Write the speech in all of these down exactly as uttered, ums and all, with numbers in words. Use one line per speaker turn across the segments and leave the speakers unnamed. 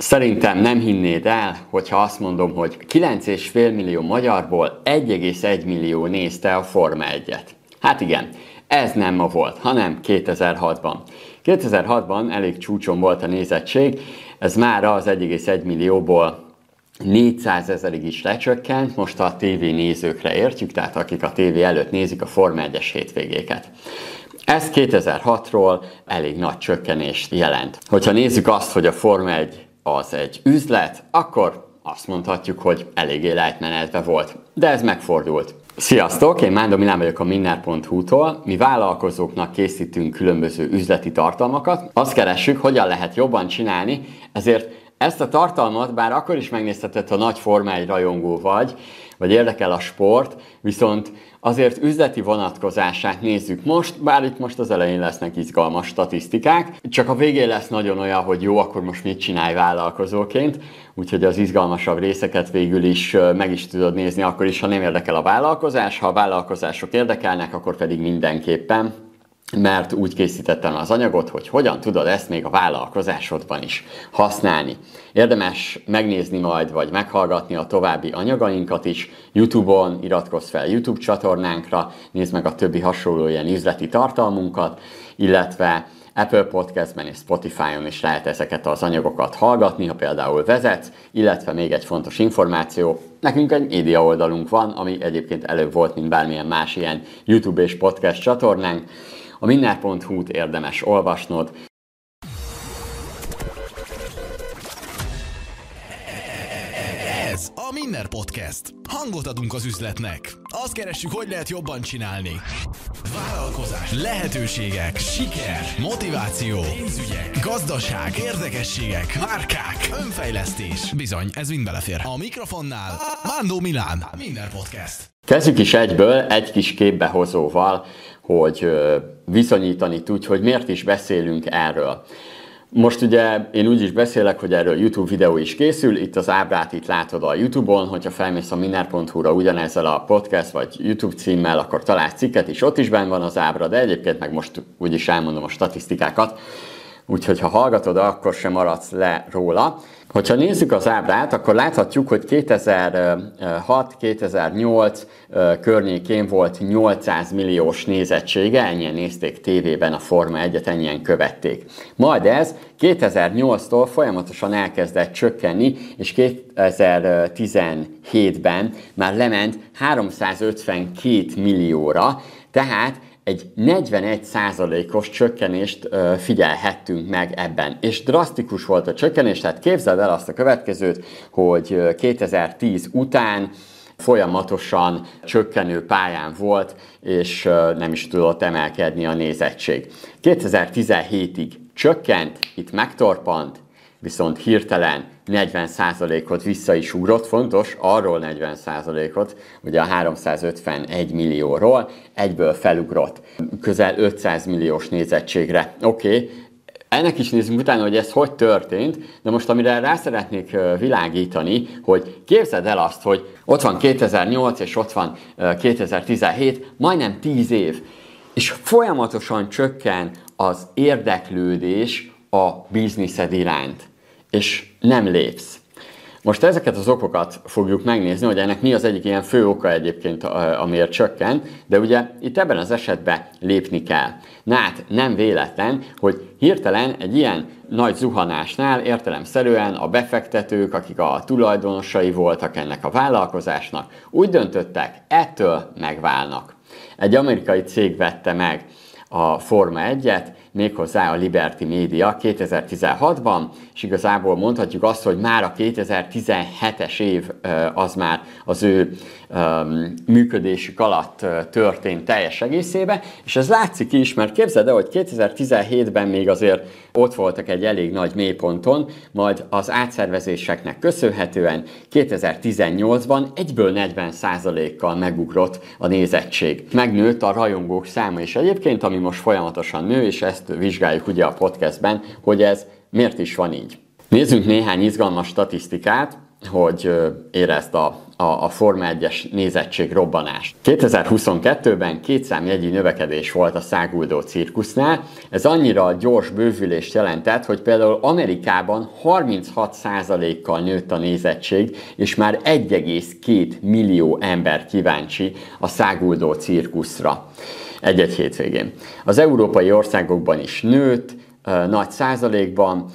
Szerintem nem hinnéd el, hogyha azt mondom, hogy kilenc egész öt millió magyarból egy egész egy millió nézte a Forma egyet. Hát igen, ez nem ma volt, hanem kétezer-hatban. kétezer-hatban elég csúcson volt a nézettség, ez már az egy egész egy millióból négyszázezerig is lecsökkent, most a tévé nézőkre értjük, tehát akik a tévé előtt nézik a Forma egyes hétvégéket. Ez kétezer-hatról elég nagy csökkenést jelent. Hogyha nézzük azt, hogy a Forma egy az egy üzlet, akkor azt mondhatjuk, hogy eléggé lejtmenetben volt. De ez megfordult. Sziasztok, én Mándor Milán vagyok a minner pont hu-tól. Mi vállalkozóknak készítünk különböző üzleti tartalmakat. Azt keressük, hogyan lehet jobban csinálni, ezért ezt a tartalmat, bár akkor is megnézheted, ha nagy Forma egy rajongó vagy, vagy érdekel a sport, viszont azért üzleti vonatkozását nézzük most, bár itt most az elején lesznek izgalmas statisztikák, csak a végén lesz nagyon olyan, hogy jó, akkor most mit csinálj vállalkozóként, úgyhogy az izgalmasabb részeket végül is meg is tudod nézni, akkor is, ha nem érdekel a vállalkozás, ha a vállalkozások érdekelnek, akkor pedig mindenképpen, mert úgy készítettem az anyagot, hogy hogyan tudod ezt még a vállalkozásodban is használni. Érdemes megnézni majd, vagy meghallgatni a további anyagainkat is. YouTube-on iratkozz fel YouTube csatornánkra, nézd meg a többi hasonló ilyen üzleti tartalmunkat, illetve Apple Podcastben és Spotify-on is lehet ezeket az anyagokat hallgatni, ha például vezetsz, illetve még egy fontos információ, nekünk egy média oldalunk van, ami egyébként előbb volt, mint bármilyen más ilyen YouTube és podcast csatornánk. A minner pont hu-t érdemes olvasnod.
Ez a Minner Podcast. Hangot adunk az üzletnek. Azt keressük, hogy lehet jobban csinálni. Vállalkozás, lehetőségek, siker, motiváció, pénzügyek, gazdaság, érdekességek, márkák, önfejlesztés. Bizony, ez mind belefér. A mikrofonnál Mándor Milán, Minner Podcast.
Kezdjük is egyből egy kis képbehozóval, hogy viszonyítani tudj, hogy miért is beszélünk erről. Most ugye én úgy is beszélek, hogy erről YouTube videó is készül, itt az ábrát itt látod a YouTube-on, hogyha felmész a minner pont hu-ra ugyanezzel a podcast vagy YouTube címmel, akkor találsz cikket is, ott is benn van az ábra, de egyébként meg most úgyis elmondom a statisztikákat, úgyhogy ha hallgatod, akkor sem maradsz le róla. Hogyha nézzük az ábrát, akkor láthatjuk, hogy kétezer-hat kétezer-nyolc környékén volt nyolcszáz milliós nézettsége, ennyien nézték tévében a Forma egyet, ennyien követték. Majd ez kétezer-nyolctól folyamatosan elkezdett csökkenni, és kétezer-tizenhétben már lement háromszázötvenkét millióra, tehát egy negyvenegy százalékos csökkenést figyelhettünk meg ebben. És drasztikus volt a csökkenés, tehát képzeld el azt a következőt, hogy kétezer-tíz után folyamatosan csökkenő pályán volt, és nem is tudott emelkedni a nézettség. kétezer-tizenhétig csökkent, itt megtorpant, viszont hirtelen negyven százalékot vissza is ugrott, fontos, arról negyven százalékot, ugye a háromszázötvenegy millióról egyből felugrott közel ötszáz milliós nézettségre. Oké, okay. Ennek is nézzünk utána, hogy ez hogy történt, de most amire rá szeretnék világítani, hogy képzeld el azt, hogy ott van kétezer-nyolc és ott van kétezer-tizenhét, majdnem tíz év, és folyamatosan csökken az érdeklődés a bizniszed iránt, és nem lépsz. Most ezeket az okokat fogjuk megnézni, hogy ennek mi az egyik ilyen fő oka egyébként, amiért csökken, de ugye itt ebben az esetben lépni kell. Na hát nem véletlen, hogy hirtelen egy ilyen nagy zuhanásnál értelemszerűen a befektetők, akik a tulajdonosai voltak ennek a vállalkozásnak, úgy döntöttek, ettől megválnak. Egy amerikai cég vette meg a Forma egyet, méghozzá a Liberty Media kétezer-tizenhatban, és igazából mondhatjuk azt, hogy már a kétezer-tizenhetes év az már az ő um, működésük alatt történt teljes egészében, és ez látszik is, mert képzeld el, hogy kétezer-tizenhétben még azért ott voltak egy elég nagy mélyponton, majd az átszervezéseknek köszönhetően kétezer-tizennyolcban egyből negyven százalékkal megugrott a nézettség. Megnőtt a rajongók száma is egyébként, ami most folyamatosan nő, és ezt vizsgáljuk ugye a podcastben, hogy ez miért is van így. Nézzünk néhány izgalmas statisztikát. hogy érezd a, a, a Forma egyes nézettség robbanást. kétezer-huszonkettőben kétszámjegyi növekedés volt a száguldó cirkusznál. Ez annyira gyors bővülést jelentett, hogy például Amerikában harminchat százalékkal nőtt a nézettség, és már egy egész két millió ember kíváncsi a száguldó cirkuszra egy-egy hétvégén. Az európai országokban is nőtt, nagy százalékban,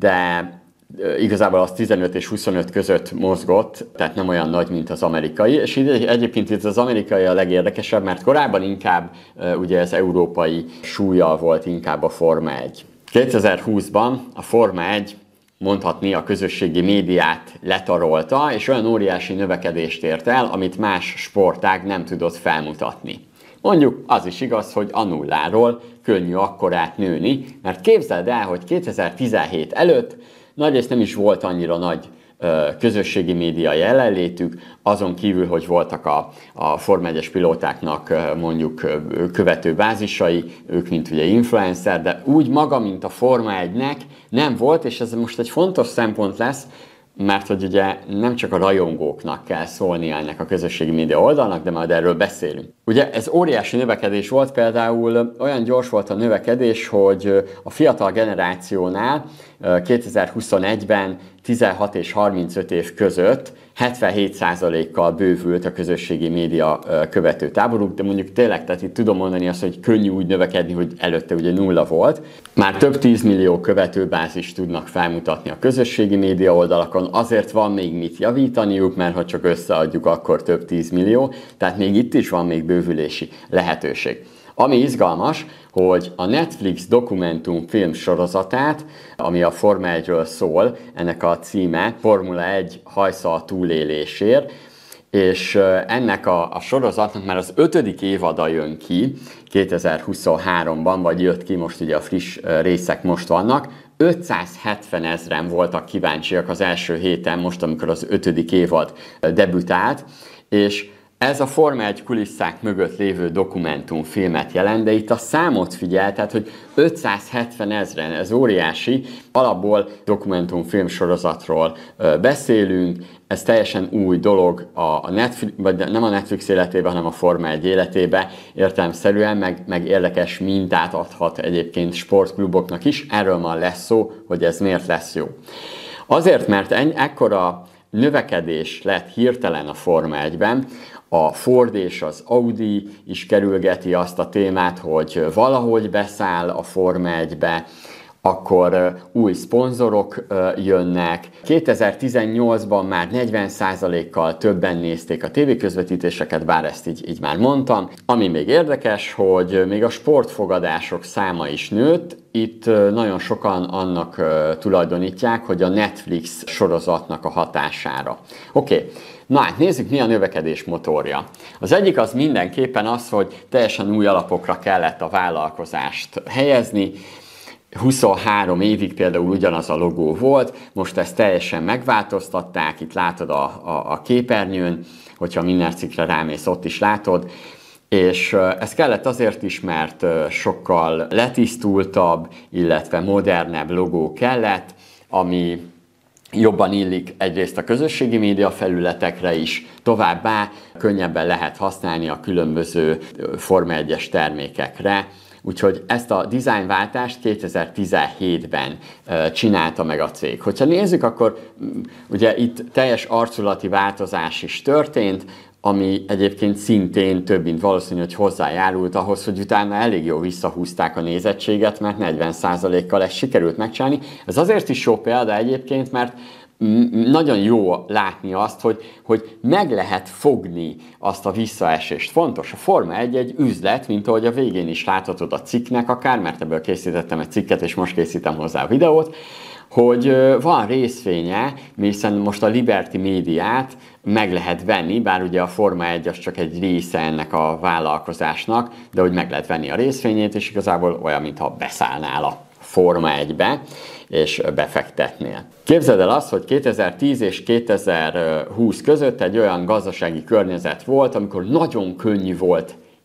de igazából az tizenöt és huszonöt között mozgott, tehát nem olyan nagy, mint az amerikai, és egyébként itt az amerikai a legérdekesebb, mert korábban inkább ugye ez európai súllyal volt inkább a Forma egy. kétezer-húszban a Forma egy mondhatni a közösségi médiát letarolta, és olyan óriási növekedést ért el, amit más sportág nem tudott felmutatni. Mondjuk az is igaz, hogy a nulláról könnyű akkorát nőni, mert képzeld el, hogy kétezer-tizenhét előtt nagyrészt nem is volt annyira nagy ö, közösségi média jelenlétük, azon kívül, hogy voltak a, a Forma egyes pilótáknak ö, mondjuk ö, követő bázisai, ők mint ugye influencer, de úgy maga, mint a Forma egynek nem volt, és ez most egy fontos szempont lesz, mert hogy ugye nem csak a rajongóknak kell szólnia ennek a közösségi média oldalnak, de majd erről beszélünk. Ugye ez óriási növekedés volt, például olyan gyors volt a növekedés, hogy a fiatal generációnál kétezer-huszonegyben tizenhat és harmincöt év között hetvenhét százalékkal bővült a közösségi média követő táboruk, de mondjuk tényleg, tehát itt tudom mondani azt, hogy könnyű úgy növekedni, hogy előtte ugye nulla volt. Már több tízmillió követőbázist tudnak felmutatni a közösségi média oldalakon, azért van még mit javítaniuk, mert ha csak összeadjuk, akkor több tízmillió, tehát még itt is van még bővülési lehetőség. Ami izgalmas, hogy a Netflix dokumentumfilm sorozatát, ami a Forma egyről szól, ennek a címe Formula egy hajsza a túlélésért, és ennek a, a sorozatnak már az ötödik évada jön ki kétezer-huszonháromban, vagy jött ki, most ugye a friss részek most vannak, ötszázhetven ezren voltak kíváncsiak az első héten, most amikor az ötödik évad debütált, és ez a Forma egy kulisszák mögött lévő dokumentumfilmet jelent, de itt a számot figyel, tehát hogy ötszázhetven ezren, ez óriási, alapból dokumentumfilm sorozatról beszélünk, ez teljesen új dolog a Netflix, vagy nem a Netflix életében, hanem a Forma egy életében értelemszerűen, meg, meg érdekes mintát adhat egyébként sportkluboknak is, erről már lesz szó, hogy ez miért lesz jó. Azért, mert en, ekkora növekedés lett hirtelen a Forma egyben, a Ford és az Audi is kerülgeti azt a témát, hogy valahogy beszáll a Forma egybe, akkor új szponzorok jönnek. kétezer-tizennyolcban már negyven százalékkal többen nézték a tévéközvetítéseket, bár ezt így, így már mondtam. Ami még érdekes, hogy még a sportfogadások száma is nőtt. Itt nagyon sokan annak tulajdonítják, hogy a Netflix sorozatnak a hatására. Oké. Okay. Na hát nézzük, mi a növekedés motorja. Az egyik az mindenképpen az, hogy teljesen új alapokra kellett a vállalkozást helyezni. huszonhárom évig például ugyanaz a logó volt, most ezt teljesen megváltoztatták, itt látod a, a, a képernyőn, hogyha minden cikkre rámész, ott is látod, és ez kellett azért is, mert sokkal letisztultabb, illetve modernebb logó kellett, ami jobban illik egyrészt a közösségi média felületekre is, továbbá könnyebben lehet használni a különböző Forma egyes termékekre. Úgyhogy ezt a dizájnváltást kétezer-tizenhétben csinálta meg a cég. Hogyha nézzük, akkor ugye itt teljes arculati változás is történt, ami egyébként szintén több mint valószínű, hogy hozzájárult ahhoz, hogy utána elég jól visszahúzták a nézettséget, mert negyven százalékkal ezt sikerült megcsinálni. Ez azért is jó példa egyébként, mert nagyon jó látni azt, hogy, hogy meg lehet fogni azt a visszaesést. Fontos, a Forma egy egy üzlet, mint ahogy a végén is láthatod a cikknek akár, mert ebből készítettem egy cikket, és most készítem hozzá a videót, hogy van részvénye, hiszen most a Liberty médiát meg lehet venni, bár ugye a Forma egy az csak egy része ennek a vállalkozásnak, de hogy meg lehet venni a részvényét, és igazából olyan, mintha beszállnál a Forma egybe, és befektetnél. Képzeld el azt, hogy kétezer-tíz és kétezer-húsz között egy olyan gazdasági környezet volt, amikor nagyon könnyű volt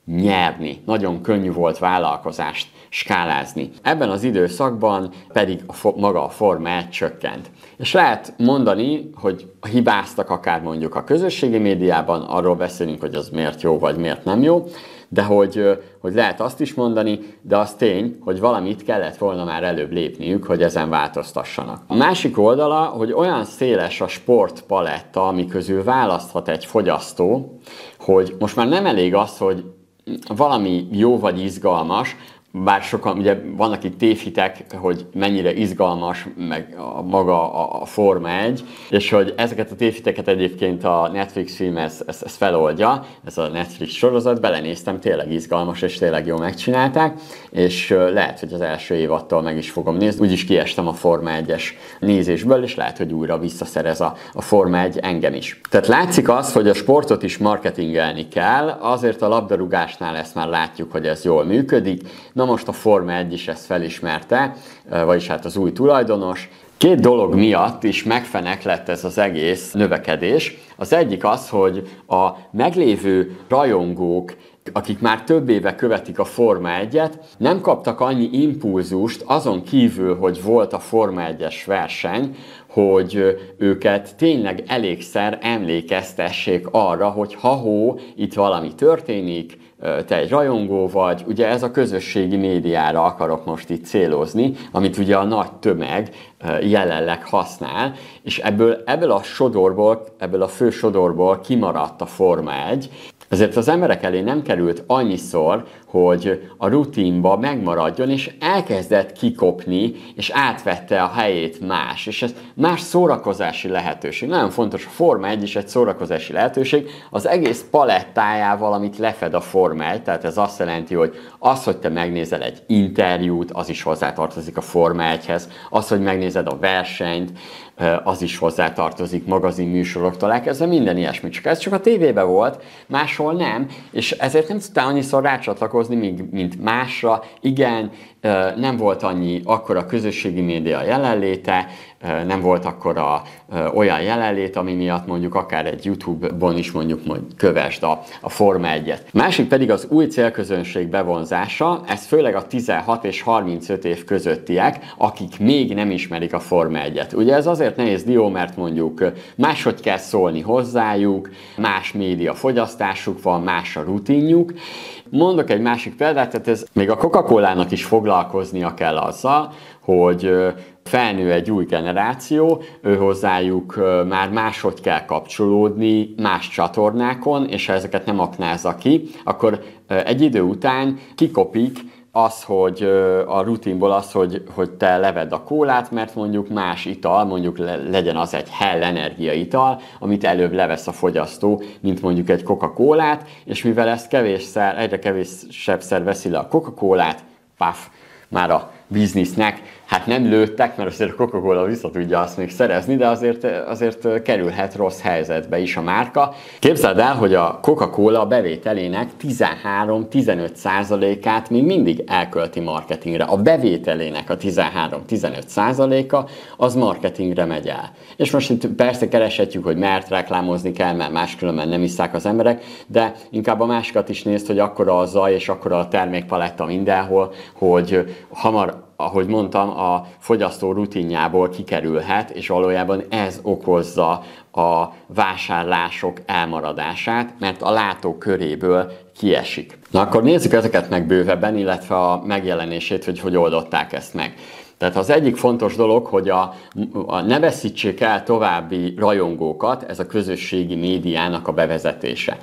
nyerni. Nagyon könnyű volt vállalkozást skálázni. Ebben az időszakban pedig a, maga a Forma egy csökkent. És lehet mondani, hogy hibáztak akár mondjuk a közösségi médiában, arról beszélünk, hogy az miért jó vagy miért nem jó, de hogy, hogy lehet azt is mondani, de az tény, hogy valamit kellett volna már előbb lépniük, hogy ezen változtassanak. A másik oldala, hogy olyan széles a sportpaletta, ami közül választhat egy fogyasztó, hogy most már nem elég az, hogy valami jó vagy izgalmas, bár sokan, ugye vannak itt tévhitek, hogy mennyire izgalmas meg a, maga a, a Forma egy, és hogy ezeket a tévhiteket egyébként a Netflix film ezt, ezt, ezt feloldja, ez a Netflix sorozat, belenéztem, tényleg izgalmas, és tényleg jól megcsinálták, és lehet, hogy az első évattól meg is fogom nézni, úgyis kiestem a Forma egyes nézésből, és lehet, hogy újra visszaszerez a, a Forma egy engem is. Tehát látszik az, hogy a sportot is marketingelni kell, azért a labdarúgásnál ezt már látjuk, hogy ez jól működik. Na most a Forma egy is ezt felismerte, vagyis hát az új tulajdonos. Két dolog miatt is megfenek lett ez az egész növekedés. Az egyik az, hogy a meglévő rajongók, akik már több éve követik a Forma egyet, nem kaptak annyi impulzust azon kívül, hogy volt a Forma egyes verseny, hogy őket tényleg elégszer emlékeztessék arra, hogy ha-hó, itt valami történik, te egy rajongó vagy, ugye ez a közösségi médiára akarok most itt célozni, amit ugye a nagy tömeg jelenleg használ, és ebből, ebből a sodorból, ebből a fő sodorból kimaradt a Forma egy, ezért az emberek elé nem került annyiszor, hogy a rutinba megmaradjon, és elkezdett kikopni, és átvette a helyét más. És ez más szórakozási lehetőség. Nagyon fontos, a Forma egy is egy szórakozási lehetőség. Az egész palettájával, amit lefed a Forma egy, tehát ez azt jelenti, hogy az, hogy te megnézel egy interjút, az is hozzátartozik a Forma egyhez. Az, hogy megnézed a versenyt, az is hozzátartozik magazinműsoroktól elkezdve, minden ilyesmi. Csak ez csak a tévében volt, máshol nem, és ezért nem tudtál annyiszor rácsatlakozni, mint másra. Igen, nem volt annyi akkora közösségi média jelenléte, nem volt akkora olyan jelenlét, ami miatt mondjuk akár egy YouTube-on is mondjuk, mondjuk kövesd a, a Forma egyet. Másik pedig az új célközönség bevonzása, ez főleg a tizenhat és harmincöt év közöttiek, akik még nem ismerik a Forma egyet. Ugye ez azért nehéz dió, mert mondjuk máshogy kell szólni hozzájuk, más média fogyasztásuk van, más a rutinjuk. Mondok egy másik példát, tehát ez még a Coca-Colának is foglalkoznia kell azzal, hogy felnő egy új generáció, ő hozzájuk már máshogy kell kapcsolódni más csatornákon, és ha ezeket nem aknázza ki, akkor egy idő után kikopik az, hogy a rutinból az, hogy, hogy te levedd a kólát, mert mondjuk más ital, mondjuk legyen az egy Hell energia ital, amit előbb levesz a fogyasztó, mint mondjuk egy Coca-Colát, és mivel ezt kevésszer, egyre kevésebbszer veszi le a Coca-Colát, paf, már a biznisznek, hát nem lőttek, mert azért a Coca-Cola vissza tudja azt még szerezni, de azért, azért kerülhet rossz helyzetbe is a márka. Képzeld el, hogy a Coca-Cola bevételének tizenhárom-tizenöt százalékát még mindig elkölti marketingre. A bevételének a tizenhárom-tizenöt százaléka az marketingre megy el. És most itt persze kereshetjük, hogy mert reklámozni kell, mert máskülönben nem isszák az emberek, de inkább a másikat is nézd, hogy akkora a zaj és akkora a termékpaletta mindenhol, hogy hamar, ahogy mondtam, a fogyasztó rutinjából kikerülhet, és valójában ez okozza a vásárlások elmaradását, mert a látók köréből kiesik. Na akkor nézzük ezeket meg bővebben, illetve a megjelenését, hogy hogy oldották ezt meg. Tehát az egyik fontos dolog, hogy a, a ne veszítsék el további rajongókat, ez a közösségi médiának a bevezetése.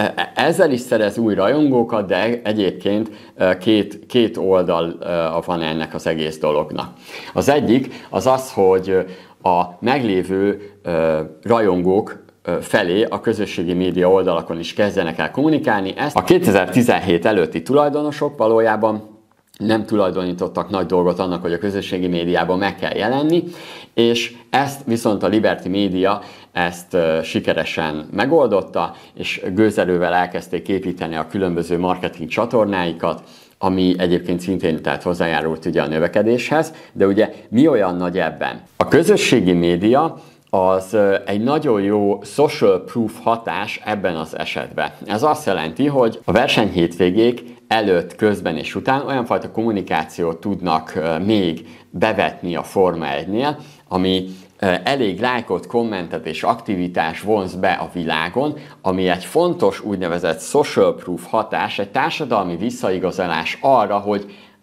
Ezzel is szerez új rajongókat, de egyébként két, két oldal van ennek az egész dolognak. Az egyik az az, hogy a meglévő rajongók felé a közösségi média oldalakon is kezdenek el kommunikálni. Ezt a kétezer-tizenhét előtti tulajdonosok valójában nem tulajdonítottak nagy dolgot annak, hogy a közösségi médiában meg kell jelenni, és ezt viszont a Liberty Media ezt uh, sikeresen megoldotta, és gőzerővel elkezdték építeni a különböző marketing csatornáikat, ami egyébként szintén tehát hozzájárult ugye a növekedéshez, de ugye mi olyan nagy ebben? A közösségi média az egy nagyon jó social proof hatás ebben az esetben. Ez azt jelenti, hogy a versenyhétvégék előtt, közben és után olyan fajta kommunikációt tudnak még bevetni a Forma egynél, ami elég lájkot, kommentet és aktivitás vonz be a világon, ami egy fontos úgynevezett social proof hatás, egy társadalmi visszaigazolás arra, hogy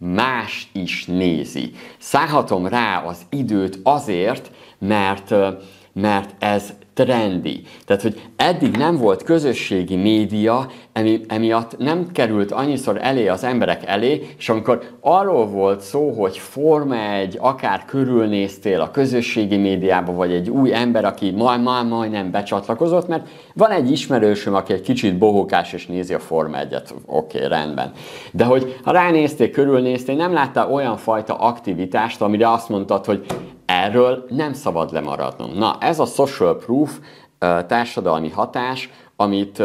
más is nézi. Szállhatom rá az időt azért, mert, mert ez trendi. Tehát, hogy eddig nem volt közösségi média, emi, emiatt nem került annyiszor elé az emberek elé, és amikor arról volt szó, hogy Forma egy, akár körülnéztél a közösségi médiába, vagy egy új ember, aki majd, majd, majdnem becsatlakozott, mert van egy ismerősöm, aki egy kicsit bohókás, és nézi a Forma egyet, oké, okay, rendben. De hogy ha ránéztél, körülnéztél, nem láttál olyan fajta aktivitást, amire azt mondtad, hogy erről nem szabad lemaradnom. Na, ez a social proof társadalmi hatás, amit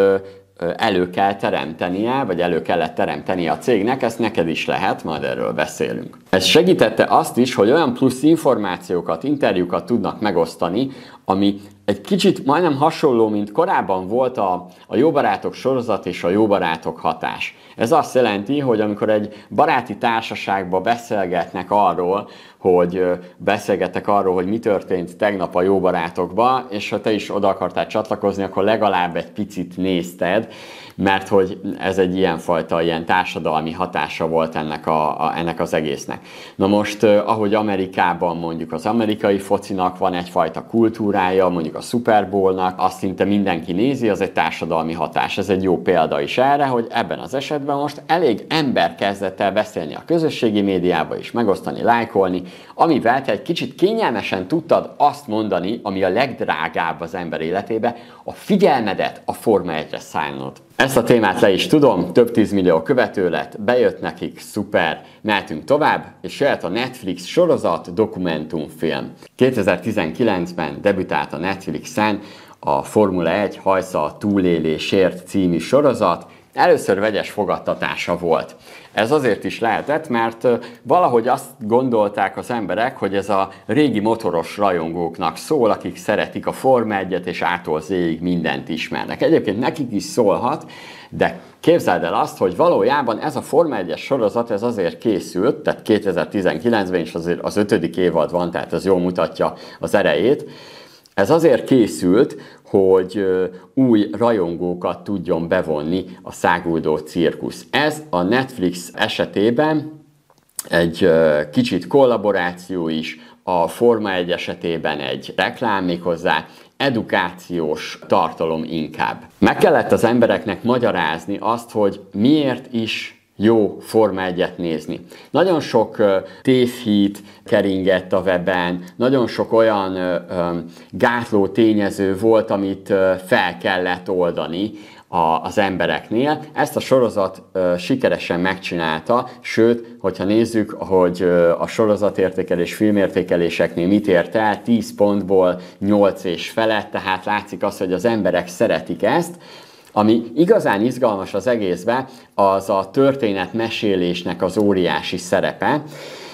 elő kell teremtenie, vagy elő kellett teremtenie a cégnek, ezt neked is lehet, majd erről beszélünk. Ez segítette azt is, hogy olyan plusz információkat, interjúkat tudnak megosztani, ami egy kicsit majdnem hasonló, mint korábban volt a, a Jó Barátok sorozat és a Jó Barátok hatás. Ez azt jelenti, hogy amikor egy baráti társaságban beszélgetnek arról, hogy beszélgettek arról, hogy mi történt tegnap a Jó Barátokban, és ha te is oda akartál csatlakozni, akkor legalább egy picit nézted, mert hogy ez egy ilyenfajta ilyen társadalmi hatása volt ennek, a, a, ennek az egésznek. Na most, ahogy Amerikában mondjuk az amerikai focinak van egyfajta kultúrája, mondjuk a Super Bowl-nak, azt szinte mindenki nézi, az egy társadalmi hatás. Ez egy jó példa is erre, hogy ebben az esetben most elég ember kezdett el beszélni a közösségi médiába is, megosztani, lájkolni, amivel te egy kicsit kényelmesen tudtad azt mondani, ami a legdrágább az ember életébe, a figyelmedet a Forma egyre szállnod. Ezt a témát le is tudom, több tízmillió követő lett, bejött nekik, szuper, mehetünk tovább, és jöhet a Netflix sorozat, dokumentumfilm. kétezer-tizenkilencben debütált a Netflixen a Formula egy hajsza a túlélésért című sorozat, először vegyes fogadtatása volt. Ez azért is lehetett, mert valahogy azt gondolták az emberek, hogy ez a régi motoros rajongóknak szól, akik szeretik a Forma egyet, és ától zéig mindent ismernek. Egyébként nekik is szólhat, de képzeld el azt, hogy valójában ez a Forma egyes sorozat ez azért készült, tehát kétezer-tizenkilencben is azért az ötödik évad van, tehát ez jól mutatja az erejét. Ez azért készült, hogy új rajongókat tudjon bevonni a száguldó cirkusz. Ez a Netflix esetében egy kicsit kollaboráció is, a Forma egy esetében egy reklám, méghozzá edukációs tartalom inkább. Meg kellett az embereknek magyarázni azt, hogy miért is jó Forma egyet nézni. Nagyon sok uh, tévhit keringett a weben, nagyon sok olyan uh, um, gátló tényező volt, amit uh, fel kellett oldani a, az embereknél. Ezt a sorozat uh, sikeresen megcsinálta, sőt, hogyha nézzük, hogy uh, a sorozatértékelés, filmértékeléseknél mit ért el, tíz pontból nyolc és felett, tehát látszik az, hogy az emberek szeretik ezt. Ami igazán izgalmas az egészben, az a történetmesélésnek az óriási szerepe,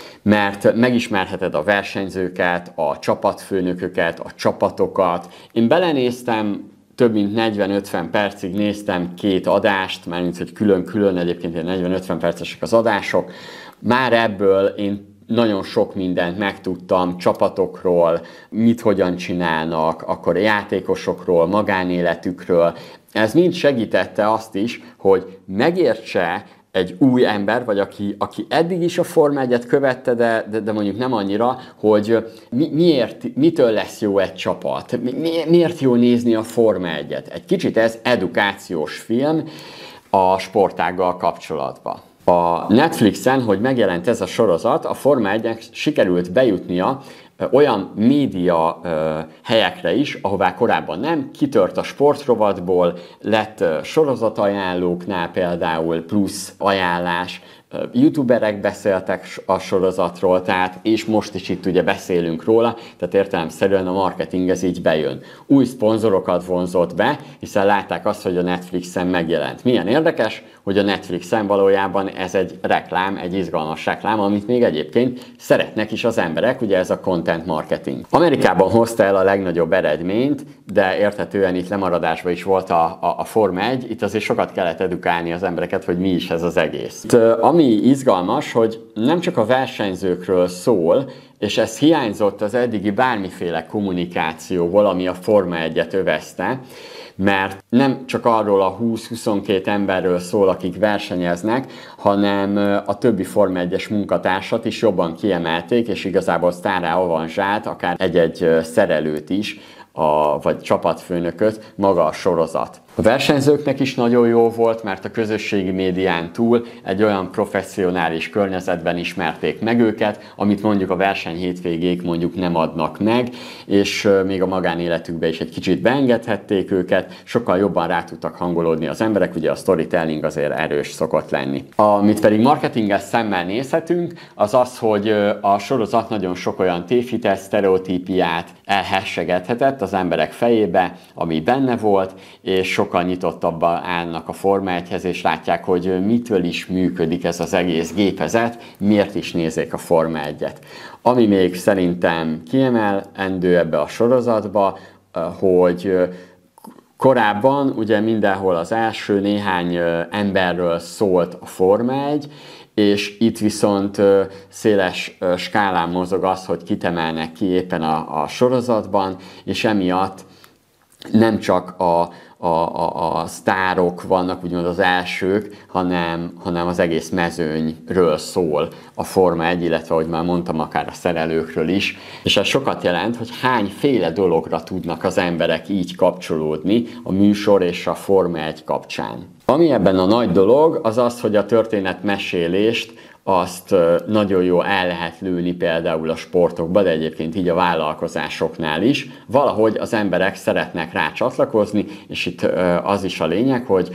mert megismerheted a versenyzőket, a csapatfőnököket, a csapatokat. Én belenéztem, több mint negyven-ötven percig néztem két adást, mármint, hogy külön-külön, egyébként negyven-ötven percesek az adások. Már ebből én nagyon sok mindent megtudtam csapatokról, mit hogyan csinálnak, akkor a játékosokról, magánéletükről. Ez mind segítette azt is, hogy megértse egy új ember, vagy aki, aki eddig is a Forma egyet követte, de, de, de mondjuk nem annyira, hogy mi, miért, mitől lesz jó egy csapat, mi, miért jó nézni a Forma egyet. Egy kicsit ez edukációs film a sportággal kapcsolatban. A Netflixen, hogy megjelent ez a sorozat, a Forma egynek sikerült bejutnia olyan média helyekre is, ahová korábban nem, kitört a sportrovatból, lett sorozatajánlóknál például plusz ajánlás, youtuberek beszéltek a sorozatról, tehát, és most is itt ugye beszélünk róla, tehát értelemszerűen a marketing ez így bejön. Új szponzorokat vonzott be, hiszen látták azt, hogy a Netflixen megjelent. Milyen érdekes, hogy a Netflixen valójában ez egy reklám, egy izgalmas reklám, amit még egyébként szeretnek is az emberek, ugye ez a content marketing. Amerikában hozta el a legnagyobb eredményt, de érthetően itt lemaradásban is volt a, a, a Forma egy, itt azért sokat kellett edukálni az embereket, hogy mi is ez az egész. Itt, ami izgalmas, hogy nem csak a versenyzőkről szól, és ez hiányzott az eddigi bármiféle kommunikációból, ami a Forma egyet övezte, mert nem csak arról a húsz-huszonkettő emberről szól, akik versenyeznek, hanem a többi Forma egyes munkatársat is jobban kiemelték, és igazából sztárrá avanzsált, akár egy-egy szerelőt is, a, vagy csapatfőnököt maga a sorozat. A versenyzőknek is nagyon jó volt, mert a közösségi médián túl egy olyan professzionális környezetben ismerték meg őket, amit mondjuk a verseny hétvégék mondjuk nem adnak meg, és még a magánéletükbe is egy kicsit beengedhették őket, sokkal jobban rá tudtak hangolódni az emberek, ugye a storytelling azért erős szokott lenni. Amit pedig marketinges szemmel nézhetünk, az az, hogy a sorozat nagyon sok olyan tévhitet, sztereotípiát elhessegethetett az emberek fejébe, ami benne volt, és sok sokkal nyitottabban állnak a Forma egyhez, és látják, hogy mitől is működik ez az egész gépezet, miért is nézzék a Forma egyet. Ami még szerintem kiemelendő ebbe a sorozatba, hogy korábban ugye mindenhol az első néhány emberről szólt a Forma egy, és itt viszont széles skálán mozog az, hogy kit emelnek ki éppen a, a sorozatban, és emiatt nem csak a A, a, a sztárok vannak, úgymond az elsők, hanem, hanem az egész mezőnyről szól a Forma egy, illetve, ahogy már mondtam, akár a szerelőkről is. És ez sokat jelent, hogy hányféle dologra tudnak az emberek így kapcsolódni a műsor és a Forma egy kapcsán. Ami ebben a nagy dolog, az az, hogy a történetmesélést azt nagyon jó el lehet lőni például a sportokba, de egyébként így a vállalkozásoknál is. Valahogy az emberek szeretnek rá csatlakozni, és itt az is a lényeg, hogy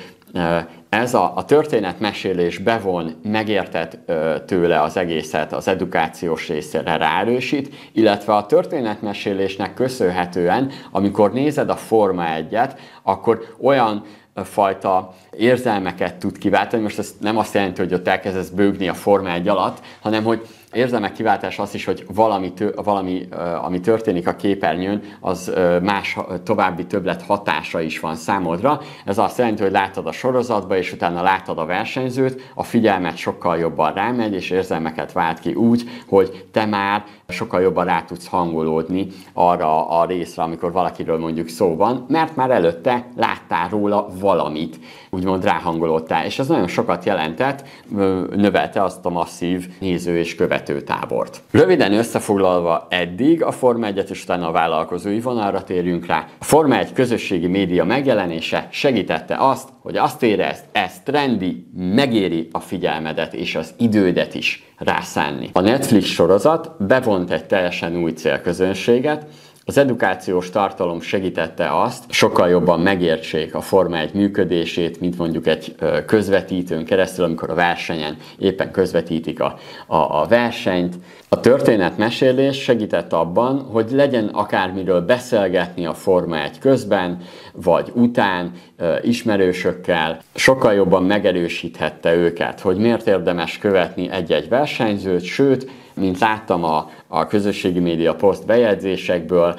ez a, a történetmesélés bevon, megérted tőle az egészet, az edukációs részére ráerősít, illetve a történetmesélésnek köszönhetően, amikor nézed a Forma egyet, akkor olyan fajta érzelmeket tud kiváltani. Most ez nem azt jelenti, hogy ott elkezdesz bőgni a Forma egy alatt, hanem hogy érzelmek kiváltás az is, hogy valami, tő, valami ami történik a képernyőn, az más további többlet hatása is van számodra. Ez azt jelenti, hogy látod a sorozatba, és utána látod a versenyzőt, a figyelmet sokkal jobban rámegy, és érzelmeket vált ki úgy, hogy te már sokkal jobban rá tudsz hangolódni arra a részre, amikor valakiről mondjuk szó van, mert már előtte láttál róla valamit, úgymond ráhangolódtál, és ez nagyon sokat jelentett, növelte azt a masszív néző és követő tábort. Röviden összefoglalva eddig a Forma egyet, és utána a vállalkozói vonalra térjünk rá. A Forma egy közösségi média megjelenése segítette azt, hogy azt érezd, ez trendi, megéri a figyelmedet és az idődet is rászánni. A Netflix sorozat bevont egy teljesen új célközönséget, az edukációs tartalom segítette azt, sokkal jobban megértsék a Forma egy működését, mint mondjuk egy közvetítőn keresztül, amikor a versenyen éppen közvetítik a, a, a versenyt. A történetmesélés segített abban, hogy legyen akármiről beszélgetni a Forma egy közben, vagy után, ismerősökkel. Sokkal jobban megerősíthette őket, hogy miért érdemes követni egy-egy versenyzőt, sőt, mint láttam a, a közösségi média poszt bejegyzésekből,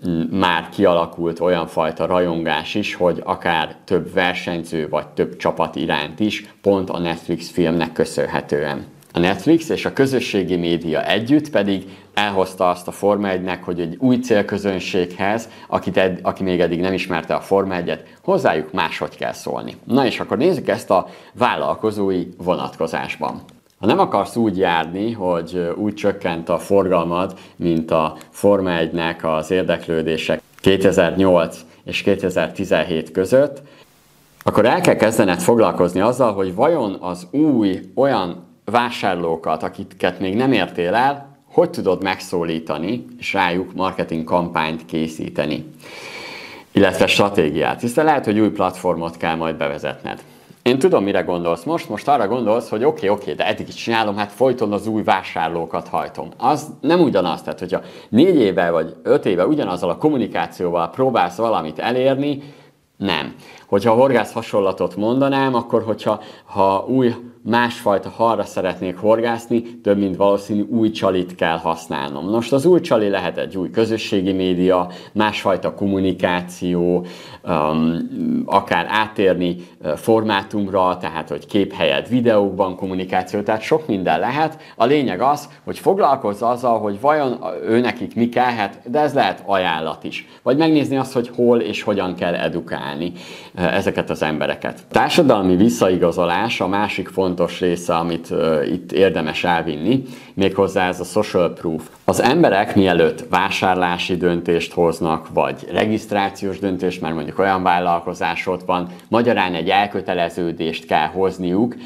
már kialakult olyan fajta rajongás is, hogy akár több versenyző vagy több csapat iránt is, pont a Netflix filmnek köszönhetően. A Netflix és a közösségi média együtt pedig elhozta azt a Forma egynek, hogy egy új célközönséghez, akit ed, aki még eddig nem ismerte a Forma egyet, hozzájuk máshogy kell szólni. Na és akkor nézzük ezt a vállalkozói vonatkozásban. Ha nem akarsz úgy járni, hogy úgy csökkent a forgalmad, mint a Forma egynek az érdeklődések kétezer-nyolc és kétezer-tizenhét között, akkor el kell kezdened foglalkozni azzal, hogy vajon az új olyan vásárlókat, akiket még nem értél el, hogy tudod megszólítani, és rájuk marketing kampányt készíteni, illetve stratégiát. Hiszen lehet, hogy új platformot kell majd bevezetned. Én tudom, mire gondolsz most. Most arra gondolsz, hogy oké, okay, oké, okay, de eddig is csinálom, hát folyton az új vásárlókat hajtom. Az nem ugyanaz. Tehát, hogyha négy éve vagy öt éve ugyanazzal a kommunikációval próbálsz valamit elérni, nem. Hogyha a horgász hasonlatot mondanám, akkor hogyha ha új másfajta halra szeretnék horgászni, több mint valószínű új csalit kell használnom. Most az új csali lehet egy új közösségi média, másfajta kommunikáció, um, akár áttérni formátumra, tehát hogy kép helyett videókban kommunikáció, tehát sok minden lehet. A lényeg az, hogy foglalkozz azzal, hogy vajon ő nekik mi kellhet, de ez lehet ajánlat is. Vagy megnézni azt, hogy hol és hogyan kell edukálni ezeket az embereket. A társadalmi visszaigazolás a másik fontos része, amit uh, itt érdemes elvinni, méghozzá ez a social proof. Az emberek mielőtt vásárlási döntést hoznak, vagy regisztrációs döntést, mert mondjuk olyan vállalkozás ott van, magyarán egy elköteleződést kell hozniuk,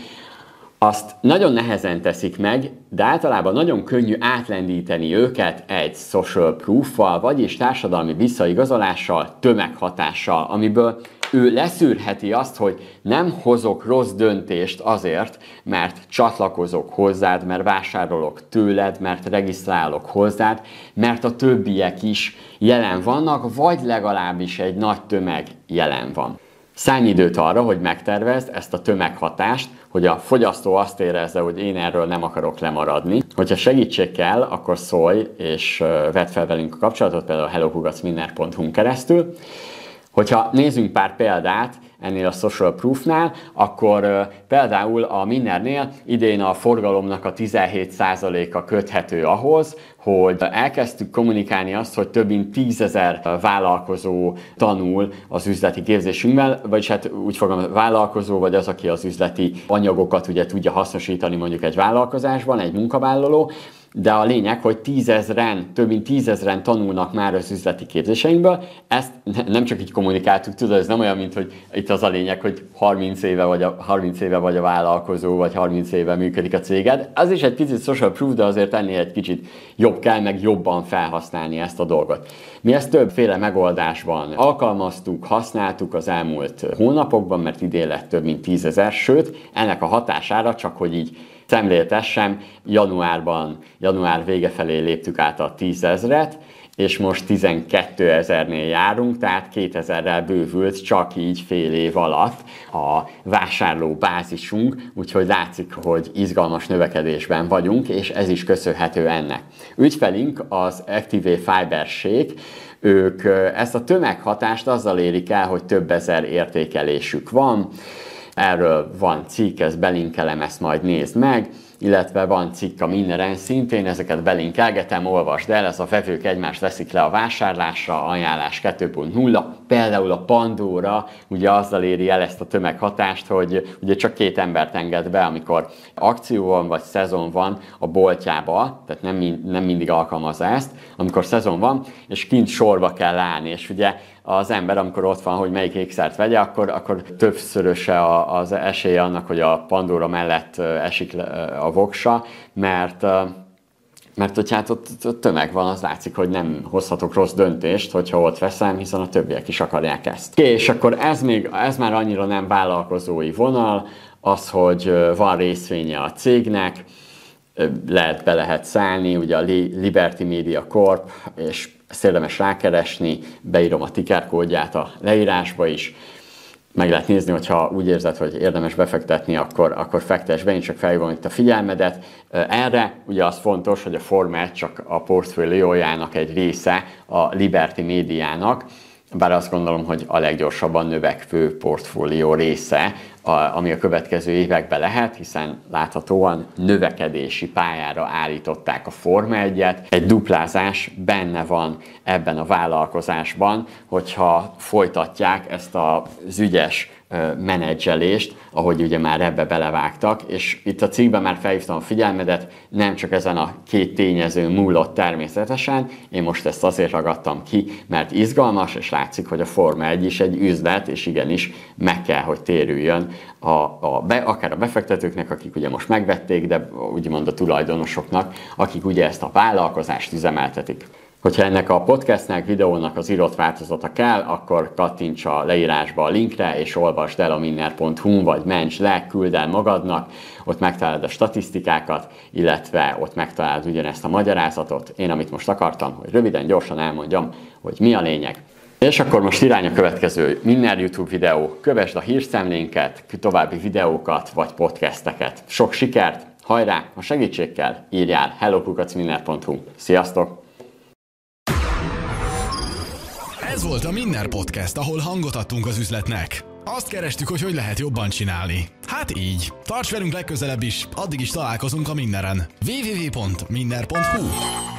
azt nagyon nehezen teszik meg, de általában nagyon könnyű átlendíteni őket egy social proof-val, vagyis társadalmi visszaigazolással, tömeghatással, amiből ő leszűrheti azt, hogy nem hozok rossz döntést azért, mert csatlakozok hozzád, mert vásárolok tőled, mert regisztrálok hozzád, mert a többiek is jelen vannak, vagy legalábbis egy nagy tömeg jelen van. Szállj időt arra, hogy megtervezd ezt a tömeghatást, hogy a fogyasztó azt érezze, hogy én erről nem akarok lemaradni. Hogyha segítség kell, akkor szólj és vedd fel velünk a kapcsolatot, például a hello kukac minner pont hu-n keresztül. Hogyha nézzünk pár példát ennél a social proofnál, akkor uh, például a Minnernél idén a forgalomnak a tizenhét százaléka köthető ahhoz, hogy elkezdtük kommunikálni azt, hogy több mint tízezer vállalkozó tanul az üzleti képzésünkben, vagyis hát úgy fogom, vállalkozó, vagy az, aki az üzleti anyagokat ugye tudja hasznosítani mondjuk egy vállalkozásban, egy munkavállaló, de a lényeg, hogy tízezren, több mint tízezren tanulnak már az üzleti képzéseinkből. Ezt nem csak így kommunikáltuk, tudod, ez nem olyan, mint hogy itt az a lényeg, hogy harminc éve vagy a, harminc éve vagy a vállalkozó, vagy harminc éve működik a céged. Az is egy picit social proof, de azért ennél egy kicsit jobb kell, meg jobban felhasználni ezt a dolgot. Mi ezt többféle megoldásban alkalmaztuk, használtuk az elmúlt hónapokban, mert idén lett több mint tízezer, sőt, ennek a hatására csak, hogy így szemléltessem, januárban, január vége felé léptük át a tízezret, és most tizenkétezernél járunk, tehát kétezerrel bővült csak így fél év alatt a vásárló bázisunk, úgyhogy látszik, hogy izgalmas növekedésben vagyunk, és ez is köszönhető ennek. Ügyfelünk az Activate Fiber-ség, ők ezt a tömeghatást azzal érik el, hogy több ezer értékelésük van. Erről van cikk, ezt belinkelem, ezt majd nézd meg, illetve van cikk a Minneren szintén, ezeket belinkelgetem, olvasd el, ez a vevők egymást veszik le a vásárlásra, ajánlás kettő pont nulla, például a Pandora ugye azzal éri el ezt a tömeghatást, hogy ugye csak két embert enged be, amikor akció van, vagy szezon van a boltjába, tehát nem, nem mindig alkalmazza ezt, amikor szezon van, és kint sorba kell állni, és ugye az ember, amikor ott van, hogy melyik ékszert vegye, akkor, akkor többszöröse az esélye annak, hogy a Pandora mellett esik a voksa, mert, mert hogy hát ott, ott tömeg van, az látszik, hogy nem hozhatok rossz döntést, hogyha ott veszem, hiszen a többiek is akarják ezt. És akkor ez, még, ez már annyira nem vállalkozói vonal, az, hogy van részvénye a cégnek, lehet be lehet szállni, ugye a Liberty Media Corp, és ezt érdemes rákeresni, beírom a ticker kódját a leírásba is, meg lehet nézni, hogyha úgy érzed, hogy érdemes befektetni, akkor, akkor fektess be, én csak felhívom itt a figyelmedet. Erre ugye az fontos, hogy a Forma csak a portfóliójának egy része a Liberty Médiának, bár azt gondolom, hogy a leggyorsabban növekvő portfólió része, ami a következő években lehet, hiszen láthatóan növekedési pályára állították a Forma egyet. Egy duplázás benne van ebben a vállalkozásban, hogyha folytatják ezt az ügyes menedzselést, ahogy ugye már ebbe belevágtak, és itt a cikkben már felhívtam a figyelmedet, nem csak ezen a két tényező múlott természetesen, én most ezt azért ragadtam ki, mert izgalmas, és látszik, hogy a Forma egy is egy üzlet, és igenis meg kell, hogy térüljön a, a be, akár a befektetőknek, akik ugye most megvették, de úgymond a tulajdonosoknak, akik ugye ezt a vállalkozást üzemeltetik. Hogyha ennek a podcastnek, videónak az írott változata kell, akkor kattints a leírásba a linkre, és olvasd el a minner pont hu, vagy ments le, küld el magadnak, ott megtalálod a statisztikákat, illetve ott megtalálod ugyanezt a magyarázatot. Én amit most akartam, hogy röviden, gyorsan elmondjam, hogy mi a lényeg. És akkor most irány a következő Minner YouTube videó, kövesd a hírszemlénket, további videókat vagy podcasteket. Sok sikert, hajrá, ha segítség kell, írjál hello kukac minner pont hu. Sziasztok!
Ez volt a Minner Podcast, ahol hangot adtunk az üzletnek. Azt kerestük, hogy hogy lehet jobban csinálni. Hát így. Tarts velünk legközelebb is, addig is találkozunk a Minneren. double-u double-u double-u pont minner pont hu